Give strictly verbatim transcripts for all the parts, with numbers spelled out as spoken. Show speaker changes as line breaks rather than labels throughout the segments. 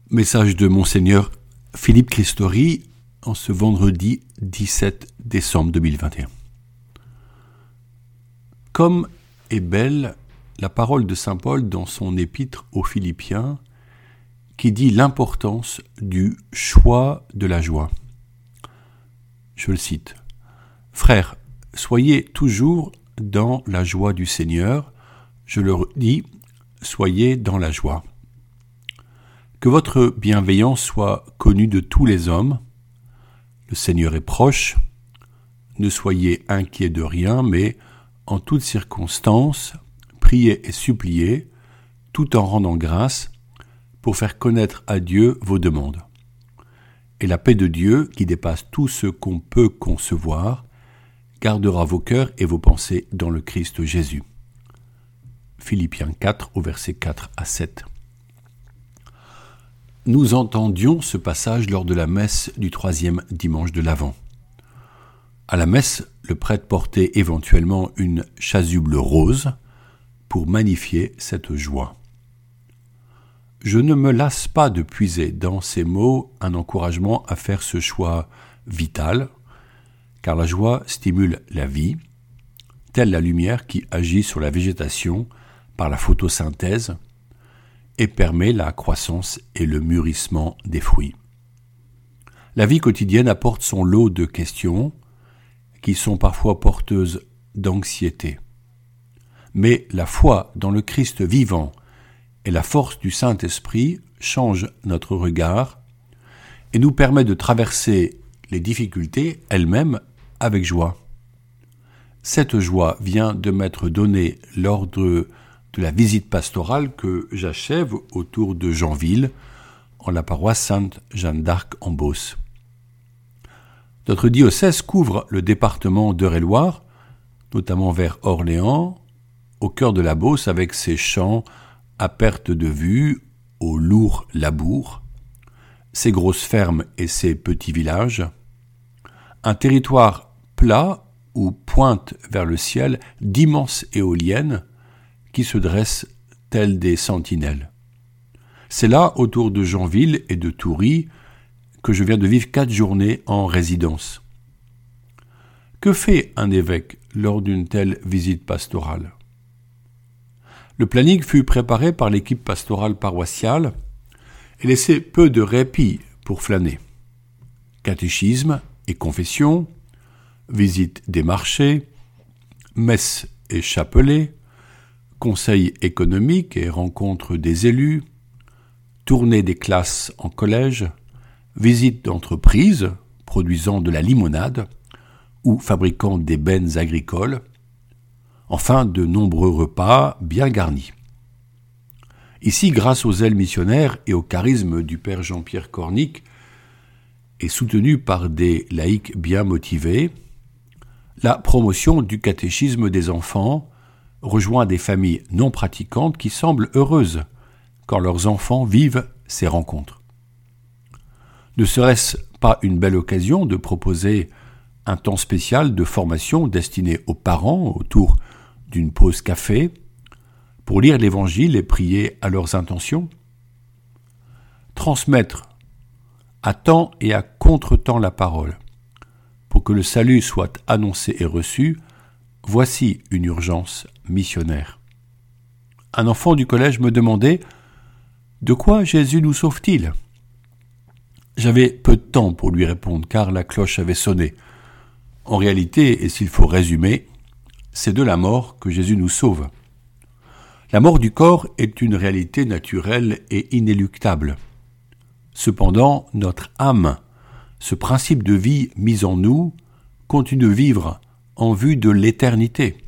Message de Monseigneur Philippe Christori en ce vendredi dix-sept décembre deux mille vingt et un. Comme est belle la parole de saint Paul dans son épître aux Philippiens qui dit l'importance du choix de la joie. Je le cite. « Frères, soyez toujours dans la joie du Seigneur. Je le redis, soyez dans la joie. Que votre bienveillance soit connue de tous les hommes. Le Seigneur est proche. Ne soyez inquiets de rien, mais en toutes circonstances, priez et suppliez, tout en rendant grâce, pour faire connaître à Dieu vos demandes. Et la paix de Dieu, qui dépasse tout ce qu'on peut concevoir, gardera vos cœurs et vos pensées dans le Christ Jésus. » Philippiens quatre, au verset quatre à sept. Nous entendions ce passage lors de la messe du troisième dimanche de l'Avent. À la messe, le prêtre portait éventuellement une chasuble rose pour magnifier cette joie. Je ne me lasse pas de puiser dans ces mots un encouragement à faire ce choix vital, car la joie stimule la vie, telle la lumière qui agit sur la végétation par la photosynthèse, et permet la croissance et le mûrissement des fruits. La vie quotidienne apporte son lot de questions qui sont parfois porteuses d'anxiété. Mais la foi dans le Christ vivant et la force du Saint-Esprit changent notre regard et nous permet de traverser les difficultés elles-mêmes avec joie. Cette joie vient de m'être donnée lors de de la visite pastorale que j'achève autour de Janville, en la paroisse Sainte-Jeanne d'Arc en Beauce. Notre diocèse couvre le département d'Eure-et-Loir, notamment vers Orléans, au cœur de la Beauce avec ses champs à perte de vue, aux lourds labours, ses grosses fermes et ses petits villages, un territoire plat où pointent vers le ciel d'immenses éoliennes qui se dressent telles des sentinelles. C'est là, autour de Janville et de Toury, que je viens de vivre quatre journées en résidence. Que fait un évêque lors d'une telle visite pastorale ? Le planning fut préparé par l'équipe pastorale paroissiale et laissait peu de répit pour flâner. Catéchisme et confession, visite des marchés, messe et chapelet, conseil économique et rencontre des élus, tournée des classes en collège, visite d'entreprises produisant de la limonade ou fabriquant des bennes agricoles, enfin de nombreux repas bien garnis. Ici, grâce aux ailes missionnaires et au charisme du père Jean-Pierre Cornic, et soutenu par des laïcs bien motivés, la promotion du catéchisme des enfants rejoint des familles non pratiquantes qui semblent heureuses quand leurs enfants vivent ces rencontres. Ne serait-ce pas une belle occasion de proposer un temps spécial de formation destiné aux parents autour d'une pause café pour lire l'Évangile et prier à leurs intentions ? Transmettre à temps et à contre-temps la parole pour que le salut soit annoncé et reçu, voici une urgence missionnaire. Un enfant du collège me demandait « De quoi Jésus nous sauve-t-il » J'avais peu de temps pour lui répondre car la cloche avait sonné. En réalité, et s'il faut résumer, c'est de la mort que Jésus nous sauve. La mort du corps est une réalité naturelle et inéluctable. Cependant, notre âme, ce principe de vie mis en nous, continue de vivre en vue de l'éternité.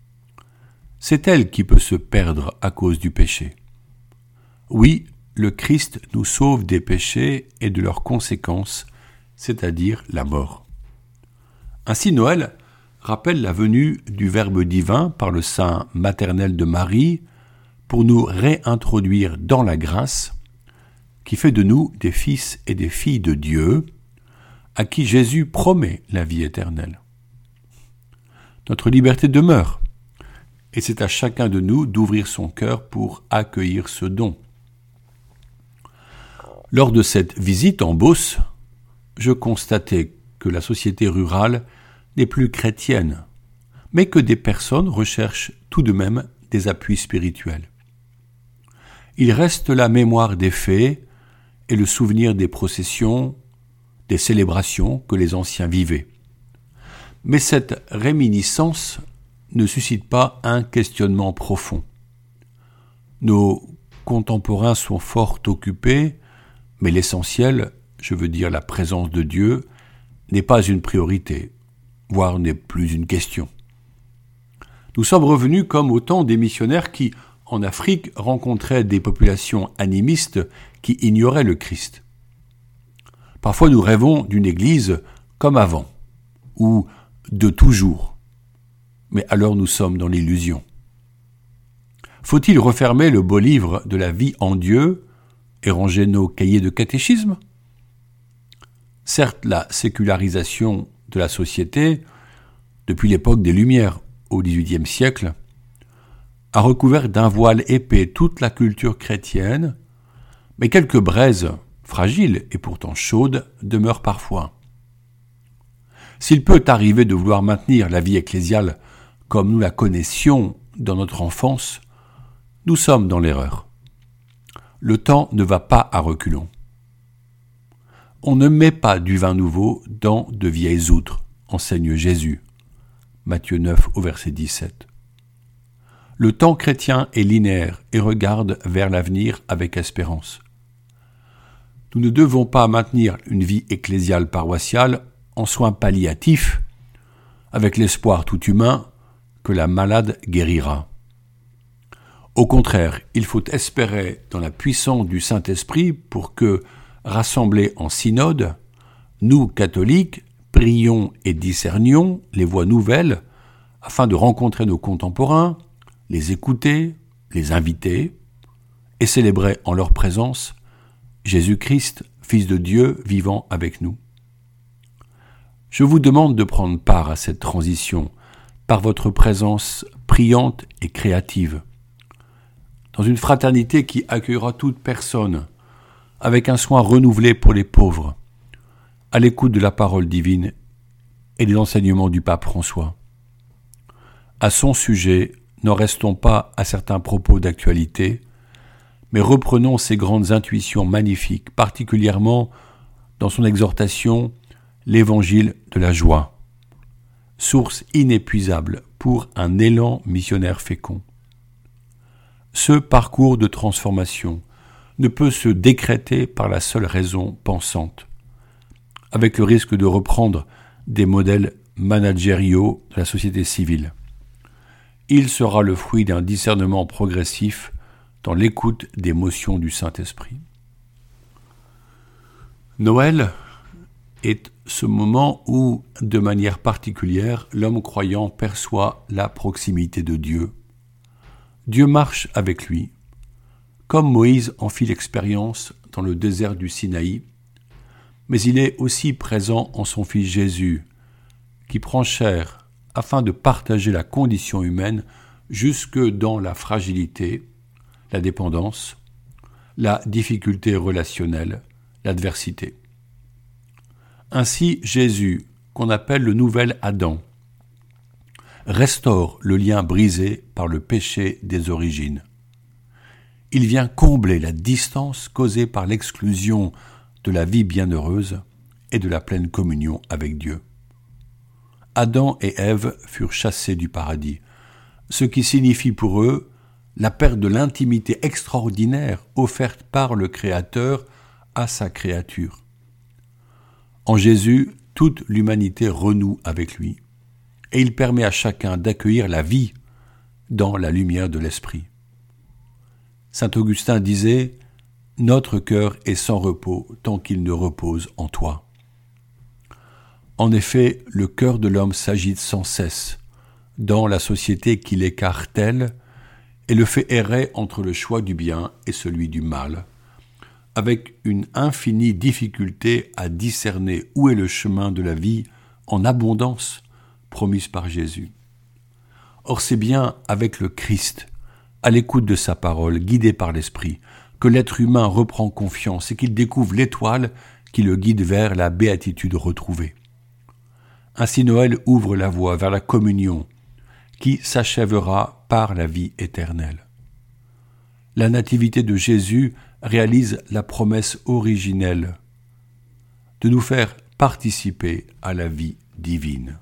C'est elle qui peut se perdre à cause du péché. Oui, le Christ nous sauve des péchés et de leurs conséquences, c'est-à-dire la mort. Ainsi, Noël rappelle la venue du Verbe divin par le sein maternel de Marie pour nous réintroduire dans la grâce qui fait de nous des fils et des filles de Dieu, à qui Jésus promet la vie éternelle. Notre liberté demeure, et c'est à chacun de nous d'ouvrir son cœur pour accueillir ce don. Lors de cette visite en Beauce, je constatais que la société rurale n'est plus chrétienne, mais que des personnes recherchent tout de même des appuis spirituels. Il reste la mémoire des faits et le souvenir des processions, des célébrations que les anciens vivaient. Mais cette réminiscence ne suscite pas un questionnement profond. Nos contemporains sont fort occupés, mais l'essentiel, je veux dire la présence de Dieu, n'est pas une priorité, voire n'est plus une question. Nous sommes revenus comme au temps des missionnaires qui, en Afrique, rencontraient des populations animistes qui ignoraient le Christ. Parfois nous rêvons d'une église comme avant, ou de toujours, mais alors nous sommes dans l'illusion. Faut-il refermer le beau livre de la vie en Dieu et ranger nos cahiers de catéchisme ? Certes, la sécularisation de la société, depuis l'époque des Lumières au dix-huitième siècle, a recouvert d'un voile épais toute la culture chrétienne, mais quelques braises, fragiles et pourtant chaudes, demeurent parfois. S'il peut arriver de vouloir maintenir la vie ecclésiale comme nous la connaissions dans notre enfance, nous sommes dans l'erreur. Le temps ne va pas à reculons. On ne met pas du vin nouveau dans de vieilles outres, enseigne Jésus. Matthieu neuf au verset dix-sept. Le temps chrétien est linéaire et regarde vers l'avenir avec espérance. Nous ne devons pas maintenir une vie ecclésiale paroissiale en soins palliatifs, avec l'espoir tout humain que la malade guérira. Au contraire, il faut espérer dans la puissance du Saint-Esprit pour que, rassemblés en synode, nous, catholiques, prions et discernions les voies nouvelles afin de rencontrer nos contemporains, les écouter, les inviter et célébrer en leur présence Jésus-Christ, Fils de Dieu, vivant avec nous. Je vous demande de prendre part à cette transition par votre présence priante et créative, dans une fraternité qui accueillera toute personne, avec un soin renouvelé pour les pauvres, à l'écoute de la parole divine et des enseignements du pape François. À son sujet, n'en restons pas à certains propos d'actualité, mais reprenons ces grandes intuitions magnifiques, particulièrement dans son exhortation « L'Évangile de la joie », source inépuisable pour un élan missionnaire fécond. Ce parcours de transformation ne peut se décréter par la seule raison pensante, avec le risque de reprendre des modèles managériaux de la société civile. Il sera le fruit d'un discernement progressif dans l'écoute des motions du Saint-Esprit. Noël est ce moment où, de manière particulière, l'homme croyant perçoit la proximité de Dieu. Dieu marche avec lui, comme Moïse en fit l'expérience dans le désert du Sinaï, mais il est aussi présent en son Fils Jésus, qui prend chair afin de partager la condition humaine jusque dans la fragilité, la dépendance, la difficulté relationnelle, l'adversité. Ainsi, Jésus, qu'on appelle le nouvel Adam, restaure le lien brisé par le péché des origines. Il vient combler la distance causée par l'exclusion de la vie bienheureuse et de la pleine communion avec Dieu. Adam et Ève furent chassés du paradis, ce qui signifie pour eux la perte de l'intimité extraordinaire offerte par le Créateur à sa créature. En Jésus, toute l'humanité renoue avec lui, et il permet à chacun d'accueillir la vie dans la lumière de l'Esprit. Saint Augustin disait « Notre cœur est sans repos tant qu'il ne repose en toi ». En effet, le cœur de l'homme s'agite sans cesse dans la société qui l'écartèle et le fait errer entre le choix du bien et celui du mal, avec une infinie difficulté à discerner où est le chemin de la vie en abondance promise par Jésus. Or c'est bien avec le Christ, à l'écoute de sa parole, guidé par l'Esprit, que l'être humain reprend confiance et qu'il découvre l'étoile qui le guide vers la béatitude retrouvée. Ainsi Noël ouvre la voie vers la communion qui s'achèvera par la vie éternelle. La nativité de Jésus réalise la promesse originelle de nous faire participer à la vie divine.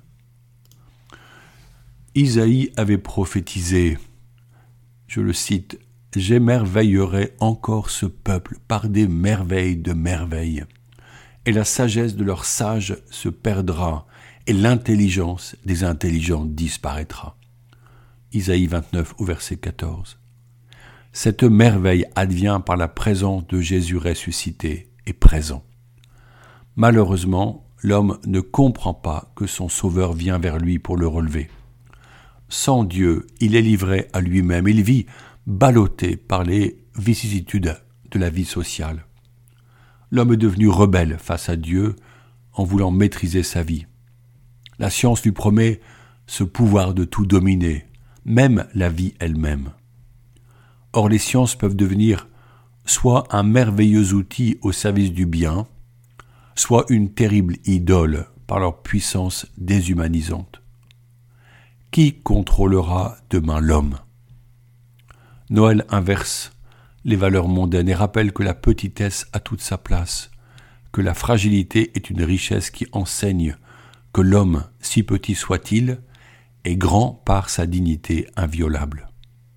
Isaïe avait prophétisé, je le cite, « J'émerveillerai encore ce peuple par des merveilles de merveilles, et la sagesse de leurs sages se perdra, et l'intelligence des intelligents disparaîtra. » Isaïe vingt-neuf au verset quatorze. Cette merveille advient par la présence de Jésus ressuscité et présent. Malheureusement, l'homme ne comprend pas que son Sauveur vient vers lui pour le relever. Sans Dieu, il est livré à lui-même, il vit ballotté par les vicissitudes de la vie sociale. L'homme est devenu rebelle face à Dieu en voulant maîtriser sa vie. La science lui promet ce pouvoir de tout dominer, même la vie elle-même. Or, les sciences peuvent devenir soit un merveilleux outil au service du bien, soit une terrible idole par leur puissance déshumanisante. Qui contrôlera demain l'homme ? Noël inverse les valeurs mondaines et rappelle que la petitesse a toute sa place, que la fragilité est une richesse qui enseigne que l'homme, si petit soit-il, est grand par sa dignité inviolable.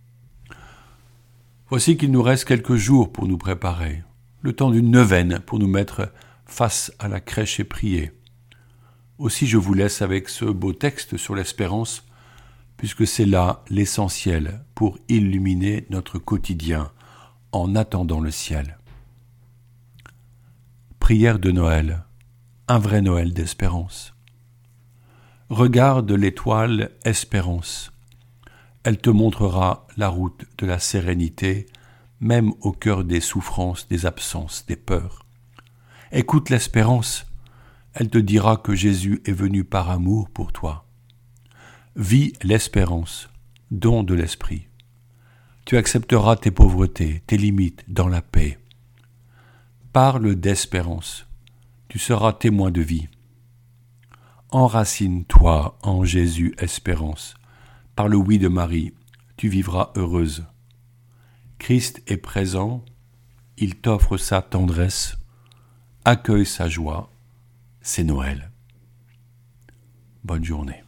Voici qu'il nous reste quelques jours pour nous préparer, le temps d'une neuvaine pour nous mettre face à la crèche et prier. Aussi je vous laisse avec ce beau texte sur l'espérance, puisque c'est là l'essentiel pour illuminer notre quotidien en attendant le ciel. Prière de Noël, un vrai Noël d'espérance. Regarde l'étoile Espérance. Elle te montrera la route de la sérénité, même au cœur des souffrances, des absences, des peurs. Écoute l'espérance, elle te dira que Jésus est venu par amour pour toi. Vis l'espérance, don de l'esprit. Tu accepteras tes pauvretés, tes limites dans la paix. Parle d'espérance, tu seras témoin de vie. Enracine-toi en Jésus espérance. Par le oui de Marie, tu vivras heureuse. Christ est présent, il t'offre sa tendresse, accueille sa joie, c'est Noël. Bonne journée.